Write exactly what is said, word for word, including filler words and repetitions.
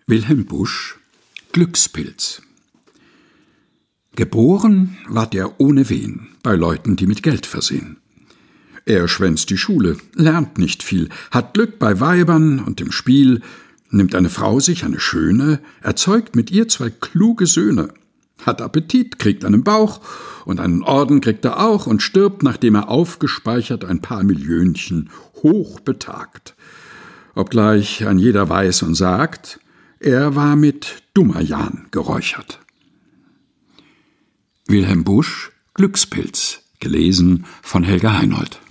Wilhelm Busch, Glückspilz. Geboren ward er ohne Wehen, bei Leuten, die mit Geld versehen. Er schwänzt die Schule, lernt nicht viel, hat Glück bei Weibern und im Spiel, nimmt eine Frau sich, eine schöne, erzeugt mit ihr zwei kluge Söhne, hat Appetit, kriegt einen Bauch, und einen Orden kriegt er auch und stirbt, nachdem er aufgespeichert ein paar Millionchen hochbetagt. Obgleich ein jeder weiß und sagt, er war mit Dummerjan geräuchert. Wilhelm Busch, Glückspilz, gelesen von Helga Heinold.